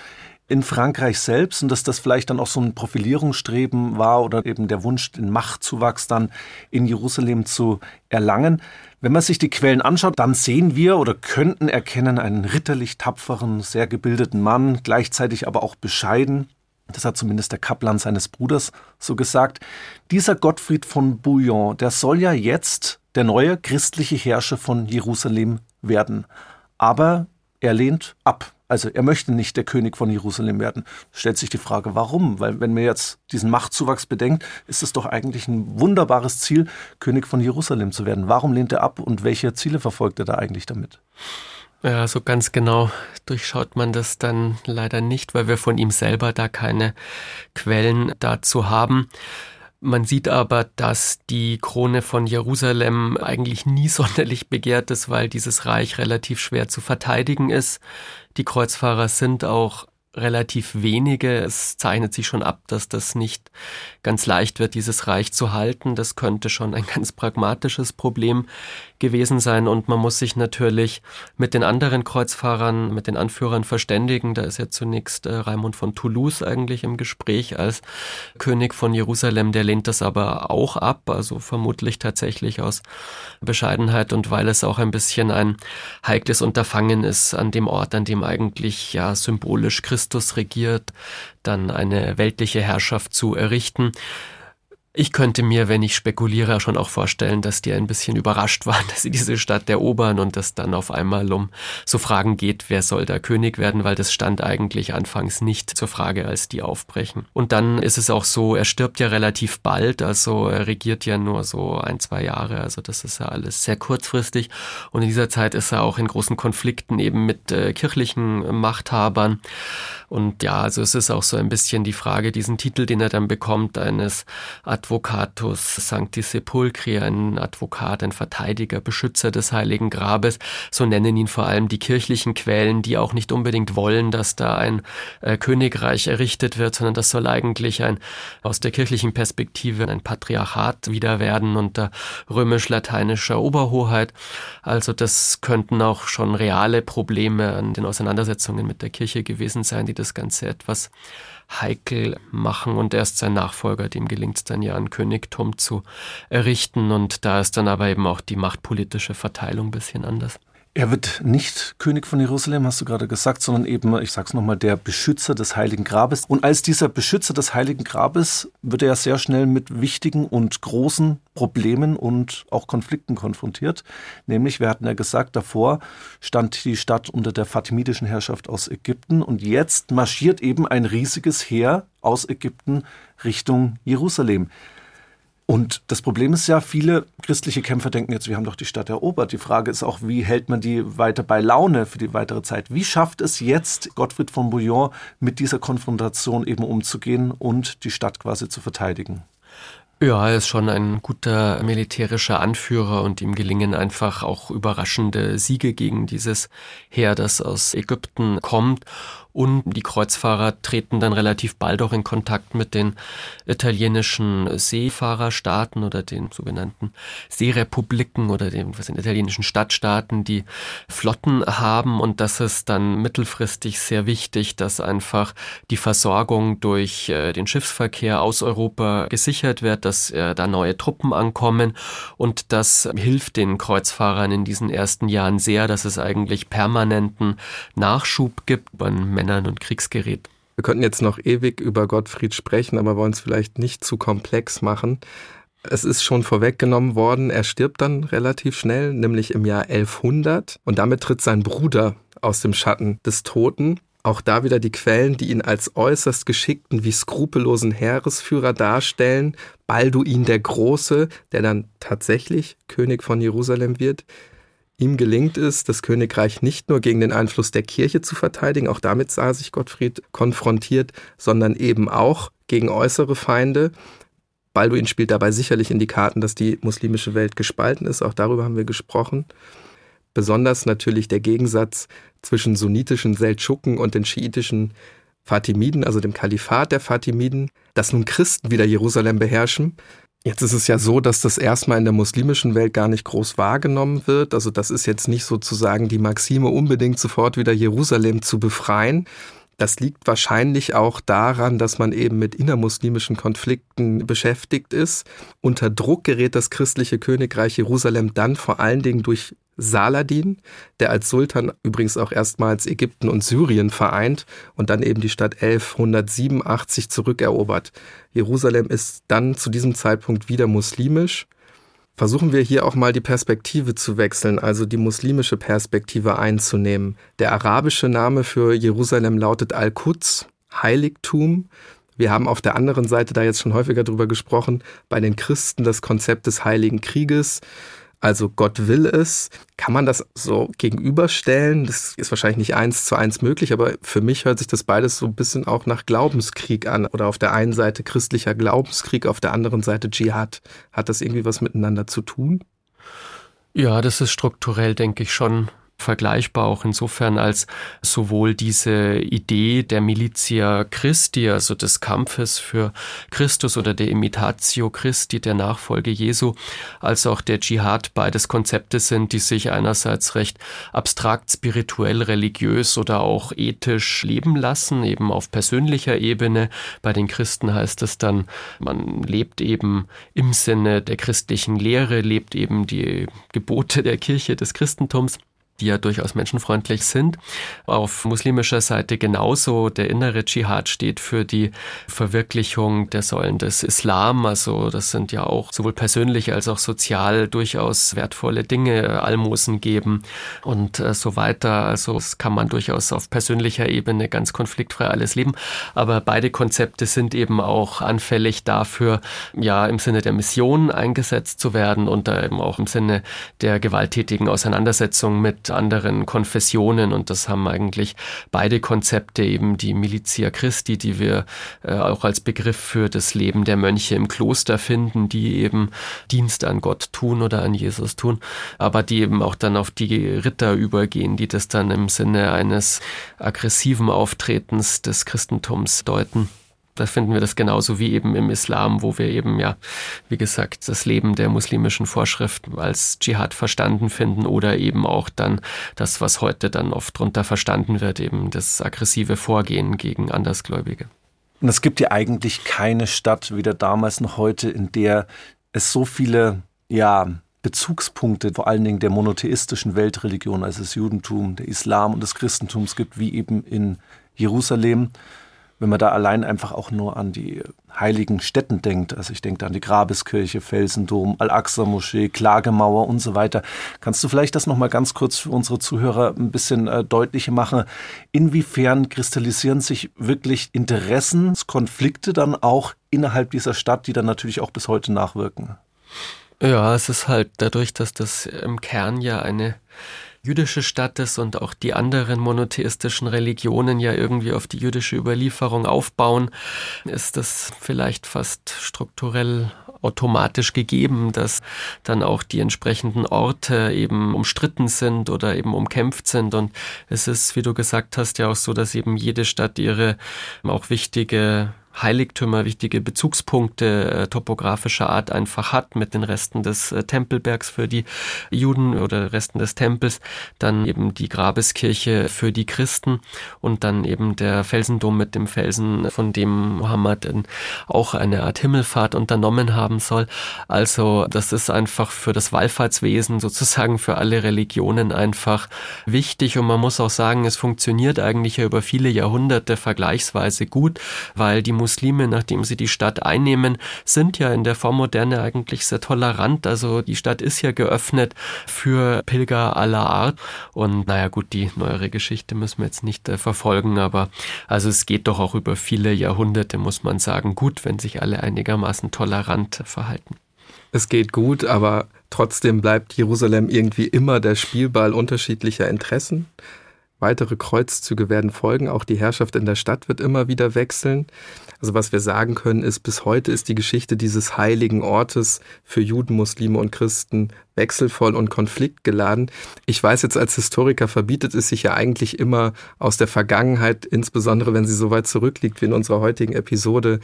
A: in Frankreich selbst und dass das vielleicht dann auch so ein Profilierungsstreben war oder eben der Wunsch, den Machtzuwachs dann in Jerusalem zu erlangen. Wenn man sich die Quellen anschaut, dann sehen wir oder könnten erkennen einen ritterlich tapferen, sehr gebildeten Mann, gleichzeitig aber auch bescheiden. Das hat zumindest der Kaplan seines Bruders so gesagt. Dieser Gottfried von Bouillon, der soll ja jetzt der neue christliche Herrscher von Jerusalem werden. Aber er lehnt ab. Also er möchte nicht der König von Jerusalem werden. Stellt sich die Frage, warum? Weil wenn man jetzt diesen Machtzuwachs bedenkt, ist es doch eigentlich ein wunderbares Ziel, König von Jerusalem zu werden. Warum lehnt er ab und welche Ziele verfolgt er da eigentlich damit?
C: Ja, so ganz genau durchschaut man das dann leider nicht, weil wir von ihm selber da keine Quellen dazu haben. Man sieht aber, dass die Krone von Jerusalem eigentlich nie sonderlich begehrt ist, weil dieses Reich relativ schwer zu verteidigen ist. Die Kreuzfahrer sind auch relativ wenige. Es zeichnet sich schon ab, dass das nicht ganz leicht wird, dieses Reich zu halten. Das könnte schon ein ganz pragmatisches Problem gewesen sein. Und man muss sich natürlich mit den anderen Kreuzfahrern, mit den Anführern verständigen. Da ist ja zunächst äh, Raimund von Toulouse eigentlich im Gespräch als König von Jerusalem. Der lehnt das aber auch ab, also vermutlich tatsächlich aus Bescheidenheit und weil es auch ein bisschen ein heikles Unterfangen ist, an dem Ort, an dem eigentlich ja symbolisch Christus regiert, dann eine weltliche Herrschaft zu errichten. Ich könnte mir, wenn ich spekuliere, schon auch vorstellen, dass die ein bisschen überrascht waren, dass sie diese Stadt erobern und es dann auf einmal um so Fragen geht, wer soll da König werden, weil das stand eigentlich anfangs nicht zur Frage, als die aufbrechen. Und dann ist es auch so, er stirbt ja relativ bald, also er regiert ja nur so ein, zwei Jahre, also das ist ja alles sehr kurzfristig. Und in dieser Zeit ist er auch in großen Konflikten eben mit äh, kirchlichen Machthabern. Und ja, also es ist auch so ein bisschen die Frage, diesen Titel, den er dann bekommt, eines Advocatus Sancti Sepulchri, ein Advokat, ein Verteidiger, Beschützer des Heiligen Grabes. So nennen ihn vor allem die kirchlichen Quellen, die auch nicht unbedingt wollen, dass da ein äh, Königreich errichtet wird, sondern das soll eigentlich ein aus der kirchlichen Perspektive ein Patriarchat wieder werden unter römisch-lateinischer Oberhoheit. Also das könnten auch schon reale Probleme an den Auseinandersetzungen mit der Kirche gewesen sein, die das Ganze etwas heikel machen und erst sein Nachfolger, dem gelingt es dann ja ein Königtum zu errichten und da ist dann aber eben auch die machtpolitische Verteilung ein bisschen anders.
A: Er wird nicht König von Jerusalem, hast du gerade gesagt, sondern eben, ich sag's nochmal, der Beschützer des Heiligen Grabes. Und als dieser Beschützer des Heiligen Grabes wird er ja sehr schnell mit wichtigen und großen Problemen und auch Konflikten konfrontiert. Nämlich, wir hatten ja gesagt, davor stand die Stadt unter der fatimidischen Herrschaft aus Ägypten und jetzt marschiert eben ein riesiges Heer aus Ägypten Richtung Jerusalem. Und das Problem ist ja, viele christliche Kämpfer denken jetzt, wir haben doch die Stadt erobert. Die Frage ist auch, wie hält man die weiter bei Laune für die weitere Zeit? Wie schafft es jetzt Gottfried von Bouillon, mit dieser Konfrontation eben umzugehen und die Stadt quasi zu verteidigen?
C: Ja, er ist schon ein guter militärischer Anführer und ihm gelingen einfach auch überraschende Siege gegen dieses Heer, das aus Ägypten kommt. Und die Kreuzfahrer treten dann relativ bald auch in Kontakt mit den italienischen Seefahrerstaaten oder den sogenannten Seerepubliken oder den, was sind italienischen Stadtstaaten, die Flotten haben. Und das ist dann mittelfristig sehr wichtig, dass einfach die Versorgung durch den Schiffsverkehr aus Europa gesichert wird, dass da neue Truppen ankommen. Und das hilft den Kreuzfahrern in diesen ersten Jahren sehr, dass es eigentlich permanenten Nachschub gibt an Männern und Kriegsgerät.
B: Wir könnten jetzt noch ewig über Gottfried sprechen, aber wollen es vielleicht nicht zu komplex machen. Es ist schon vorweggenommen worden, er stirbt dann relativ schnell, nämlich im Jahr elfhundert. Und damit tritt sein Bruder aus dem Schatten des Toten. Auch da wieder die Quellen, die ihn als äußerst geschickten wie skrupellosen Heeresführer darstellen. Balduin der Große, der dann tatsächlich König von Jerusalem wird. Ihm gelingt es, das Königreich nicht nur gegen den Einfluss der Kirche zu verteidigen, auch damit sah sich Gottfried konfrontiert, sondern eben auch gegen äußere Feinde. Balduin spielt dabei sicherlich in die Karten, dass die muslimische Welt gespalten ist, auch darüber haben wir gesprochen. Besonders natürlich der Gegensatz zwischen sunnitischen Seldschuken und den schiitischen Fatimiden, also dem Kalifat der Fatimiden, dass nun Christen wieder Jerusalem beherrschen. Jetzt ist es ja so, dass das erstmal in der muslimischen Welt gar nicht groß wahrgenommen wird. Also das ist jetzt nicht sozusagen die Maxime, unbedingt sofort wieder Jerusalem zu befreien. Das liegt wahrscheinlich auch daran, dass man eben mit innermuslimischen Konflikten beschäftigt ist. Unter Druck gerät das christliche Königreich Jerusalem dann vor allen Dingen durch Saladin, der als Sultan übrigens auch erstmals Ägypten und Syrien vereint und dann eben die Stadt elfhundertsiebenundachtzig zurückerobert. Jerusalem ist dann zu diesem Zeitpunkt wieder muslimisch. Versuchen wir hier auch mal die Perspektive zu wechseln, also die muslimische Perspektive einzunehmen. Der arabische Name für Jerusalem lautet Al-Quds, Heiligtum. Wir haben auf der anderen Seite da jetzt schon häufiger drüber gesprochen, bei den Christen das Konzept des Heiligen Krieges. Also Gott will es. Kann man das so gegenüberstellen? Das ist wahrscheinlich nicht eins zu eins möglich, aber für mich hört sich das beides so ein bisschen auch nach Glaubenskrieg an. Oder auf der einen Seite christlicher Glaubenskrieg, auf der anderen Seite Dschihad. Hat das irgendwie was miteinander zu tun?
C: Ja, das ist strukturell, denke ich, schon vergleichbar, auch insofern, als sowohl diese Idee der Militia Christi, also des Kampfes für Christus oder der Imitatio Christi, der Nachfolge Jesu, als auch der Dschihad beides Konzepte sind, die sich einerseits recht abstrakt, spirituell, religiös oder auch ethisch leben lassen, eben auf persönlicher Ebene. Bei den Christen heißt es dann, man lebt eben im Sinne der christlichen Lehre, lebt eben die Gebote der Kirche des Christentums, die ja durchaus menschenfreundlich sind. Auf muslimischer Seite genauso. Der innere Dschihad steht für die Verwirklichung der Säulen des Islam. Also das sind ja auch sowohl persönlich als auch sozial durchaus wertvolle Dinge, Almosen geben und äh, so weiter. Also das kann man durchaus auf persönlicher Ebene ganz konfliktfrei alles leben. Aber beide Konzepte sind eben auch anfällig dafür, ja im Sinne der Mission eingesetzt zu werden und da eben auch im Sinne der gewalttätigen Auseinandersetzung mit anderen Konfessionen, und das haben eigentlich beide Konzepte, eben die Militia Christi, die wir äh, auch als Begriff für das Leben der Mönche im Kloster finden, die eben Dienst an Gott tun oder an Jesus tun, aber die eben auch dann auf die Ritter übergehen, die das dann im Sinne eines aggressiven Auftretens des Christentums deuten. Da finden wir das genauso wie eben im Islam, wo wir eben, ja, wie gesagt, das Leben der muslimischen Vorschrift als Dschihad verstanden finden oder eben auch dann das, was heute dann oft drunter verstanden wird, eben das aggressive Vorgehen gegen Andersgläubige.
A: Und es gibt ja eigentlich keine Stadt, weder damals noch heute, in der es so viele, ja, Bezugspunkte, vor allen Dingen der monotheistischen Weltreligion, also das Judentum, der Islam und des Christentums gibt, wie eben in Jerusalem. Wenn man da allein einfach auch nur an die heiligen Stätten denkt, also ich denke da an die Grabeskirche, Felsendom, Al-Aqsa-Moschee, Klagemauer und so weiter. Kannst du vielleicht das nochmal ganz kurz für unsere Zuhörer ein bisschen äh, deutlicher machen? Inwiefern kristallisieren sich wirklich Interessenskonflikte dann auch innerhalb dieser Stadt, die dann natürlich auch bis heute nachwirken?
C: Ja, es ist halt dadurch, dass das im Kern ja eine jüdische Stadt ist und auch die anderen monotheistischen Religionen ja irgendwie auf die jüdische Überlieferung aufbauen, ist das vielleicht fast strukturell automatisch gegeben, dass dann auch die entsprechenden Orte eben umstritten sind oder eben umkämpft sind. Und es ist, wie du gesagt hast, ja auch so, dass eben jede Stadt ihre auch wichtige Heiligtümer, wichtige Bezugspunkte äh, topografischer Art einfach hat, mit den Resten des äh, Tempelbergs für die Juden oder Resten des Tempels, dann eben die Grabeskirche für die Christen und dann eben der Felsendom mit dem Felsen, von dem Mohammed in, auch eine Art Himmelfahrt unternommen haben soll. Also das ist einfach für das Wallfahrtswesen sozusagen für alle Religionen einfach wichtig, und man muss auch sagen, es funktioniert eigentlich ja über viele Jahrhunderte vergleichsweise gut, weil die Muslime, nachdem sie die Stadt einnehmen, sind ja in der Vormoderne eigentlich sehr tolerant. Also die Stadt ist ja geöffnet für Pilger aller Art. Und naja gut, die neuere Geschichte müssen wir jetzt nicht äh, verfolgen, aber also es geht doch auch über viele Jahrhunderte, muss man sagen, gut, wenn sich alle einigermaßen tolerant verhalten.
B: Es geht gut, aber trotzdem bleibt Jerusalem irgendwie immer der Spielball unterschiedlicher Interessen. Weitere Kreuzzüge werden folgen, auch die Herrschaft in der Stadt wird immer wieder wechseln. Also was wir sagen können, ist, bis heute ist die Geschichte dieses heiligen Ortes für Juden, Muslime und Christen wechselvoll und konfliktgeladen. Ich weiß jetzt, als Historiker verbietet es sich ja eigentlich immer aus der Vergangenheit, insbesondere wenn sie so weit zurückliegt wie in unserer heutigen Episode,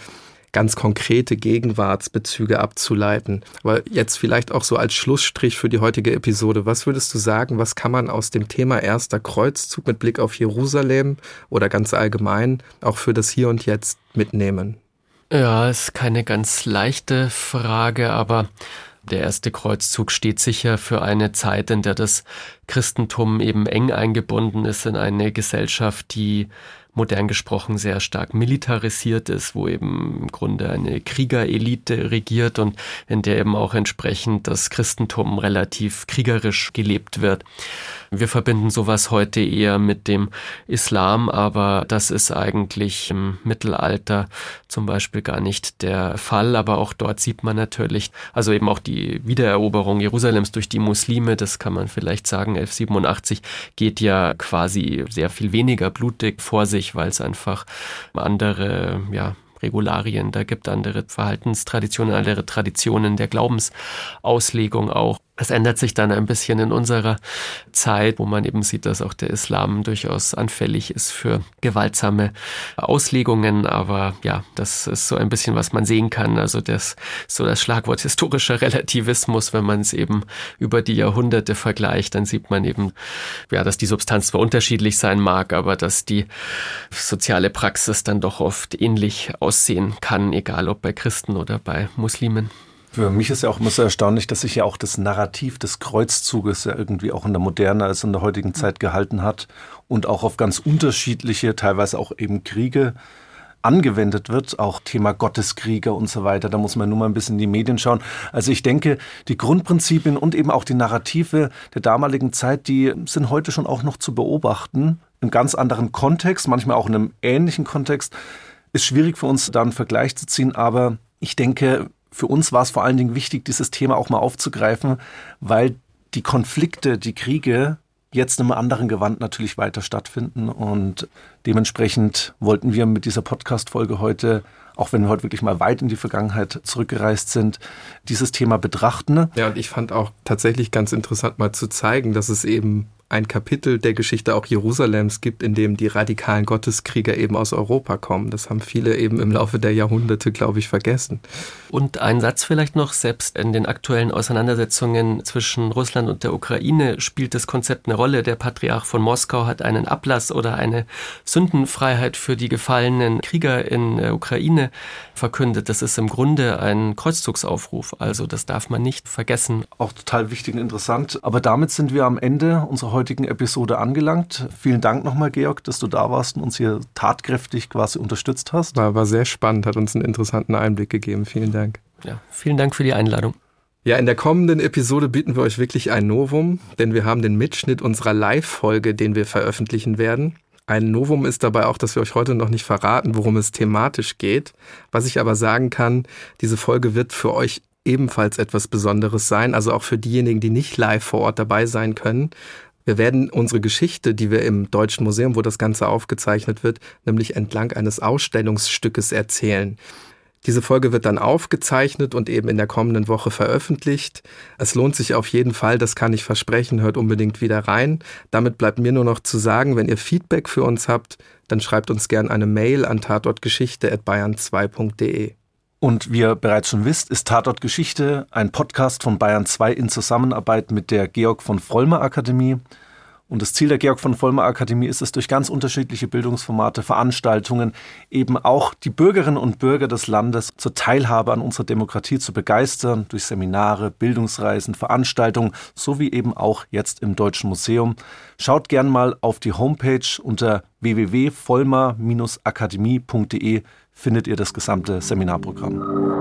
B: ganz konkrete Gegenwartsbezüge abzuleiten. Aber jetzt vielleicht auch so als Schlussstrich für die heutige Episode. Was würdest du sagen, was kann man aus dem Thema Erster Kreuzzug mit Blick auf Jerusalem oder ganz allgemein auch für das Hier und Jetzt mitnehmen?
C: Ja, ist keine ganz leichte Frage, aber der erste Kreuzzug steht sicher für eine Zeit, in der das Christentum eben eng eingebunden ist in eine Gesellschaft, die modern gesprochen sehr stark militarisiert ist, wo eben im Grunde eine Kriegerelite regiert und in der eben auch entsprechend das Christentum relativ kriegerisch gelebt wird. Wir verbinden sowas heute eher mit dem Islam, aber das ist eigentlich im Mittelalter zum Beispiel gar nicht der Fall. Aber auch dort sieht man natürlich, also eben auch die Wiedereroberung Jerusalems durch die Muslime, das kann man vielleicht sagen, elfhundertsiebenundachtzig, geht ja quasi sehr viel weniger blutig vor sich, weil es einfach andere, ja, Regularien da gibt, andere Verhaltenstraditionen, andere Traditionen der Glaubensauslegung auch. Es ändert sich dann ein bisschen in unserer Zeit, wo man eben sieht, dass auch der Islam durchaus anfällig ist für gewaltsame Auslegungen. Aber ja, das ist so ein bisschen, was man sehen kann. Also das so das Schlagwort historischer Relativismus, wenn man es eben über die Jahrhunderte vergleicht, dann sieht man eben, ja, dass die Substanz zwar unterschiedlich sein mag, aber dass die soziale Praxis dann doch oft ähnlich aussehen kann, egal ob bei Christen oder bei Muslimen.
A: Für mich ist ja auch immer so erstaunlich, dass sich ja auch das Narrativ des Kreuzzuges ja irgendwie auch in der Moderne als in der heutigen Zeit gehalten hat und auch auf ganz unterschiedliche, teilweise auch eben Kriege angewendet wird, auch Thema Gotteskrieger und so weiter. Da muss man nur mal ein bisschen in die Medien schauen. Also ich denke, die Grundprinzipien und eben auch die Narrative der damaligen Zeit, die sind heute schon auch noch zu beobachten, im ganz anderen Kontext, manchmal auch in einem ähnlichen Kontext. Ist schwierig für uns da einen Vergleich zu ziehen, aber ich denke, für uns war es vor allen Dingen wichtig, dieses Thema auch mal aufzugreifen, weil die Konflikte, die Kriege jetzt in einem anderen Gewand natürlich weiter stattfinden. Und dementsprechend wollten wir mit dieser Podcast-Folge heute, auch wenn wir heute wirklich mal weit in die Vergangenheit zurückgereist sind, dieses Thema betrachten.
B: Ja, und ich fand auch tatsächlich ganz interessant mal zu zeigen, dass es eben ein Kapitel der Geschichte auch Jerusalems gibt, in dem die radikalen Gotteskrieger eben aus Europa kommen. Das haben viele eben im Laufe der Jahrhunderte, glaube ich, vergessen.
C: Und ein Satz vielleicht noch, selbst in den aktuellen Auseinandersetzungen zwischen Russland und der Ukraine spielt das Konzept eine Rolle. Der Patriarch von Moskau hat einen Ablass oder eine Sündenfreiheit für die gefallenen Krieger in der Ukraine verkündet. Das ist im Grunde ein Kreuzzugsaufruf. Also das darf man nicht vergessen.
A: Auch total wichtig und interessant. Aber damit sind wir am Ende unserer heutigen Episode angelangt. Vielen Dank nochmal, Georg, dass du da warst und uns hier tatkräftig quasi unterstützt hast.
B: War, war sehr spannend, hat uns einen interessanten Einblick gegeben. Vielen Dank.
C: Ja, vielen Dank für die Einladung.
B: Ja, in der kommenden Episode bieten wir euch wirklich ein Novum, denn wir haben den Mitschnitt unserer Live-Folge, den wir veröffentlichen werden. Ein Novum ist dabei auch, dass wir euch heute noch nicht verraten, worum es thematisch geht. Was ich aber sagen kann, diese Folge wird für euch ebenfalls etwas Besonderes sein, also auch für diejenigen, die nicht live vor Ort dabei sein können. Wir werden unsere Geschichte, die wir im Deutschen Museum, wo das Ganze aufgezeichnet wird, nämlich entlang eines Ausstellungsstückes erzählen. Diese Folge wird dann aufgezeichnet und eben in der kommenden Woche veröffentlicht. Es lohnt sich auf jeden Fall, das kann ich versprechen, hört unbedingt wieder rein. Damit bleibt mir nur noch zu sagen, wenn ihr Feedback für uns habt, dann schreibt uns gerne eine Mail an tatortgeschichte at bayern zwei punkt de.
A: Und wie ihr bereits schon wisst, ist Tatort Geschichte ein Podcast von Bayern zwei in Zusammenarbeit mit der Georg von Vollmer Akademie. Und das Ziel der Georg von Vollmer Akademie ist es, durch ganz unterschiedliche Bildungsformate, Veranstaltungen eben auch die Bürgerinnen und Bürger des Landes zur Teilhabe an unserer Demokratie zu begeistern, durch Seminare, Bildungsreisen, Veranstaltungen, sowie eben auch jetzt im Deutschen Museum. Schaut gern mal auf die Homepage unter w w w punkt vollmer akademie punkt de, findet ihr das gesamte Seminarprogramm.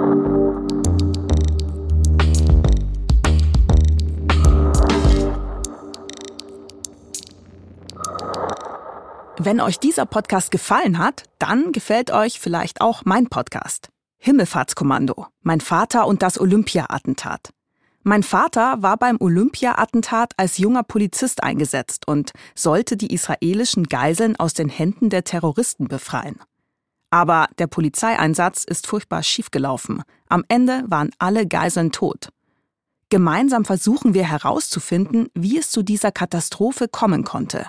D: Wenn euch dieser Podcast gefallen hat, dann gefällt euch vielleicht auch mein Podcast. Himmelfahrtskommando. Mein Vater und das Olympia-Attentat. Mein Vater war beim Olympia-Attentat als junger Polizist eingesetzt und sollte die israelischen Geiseln aus den Händen der Terroristen befreien. Aber der Polizeieinsatz ist furchtbar schiefgelaufen. Am Ende waren alle Geiseln tot. Gemeinsam versuchen wir herauszufinden, wie es zu dieser Katastrophe kommen konnte.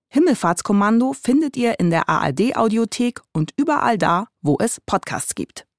D: Himmelfahrtskommando findet ihr in der A R D-Audiothek und überall da, wo es Podcasts gibt.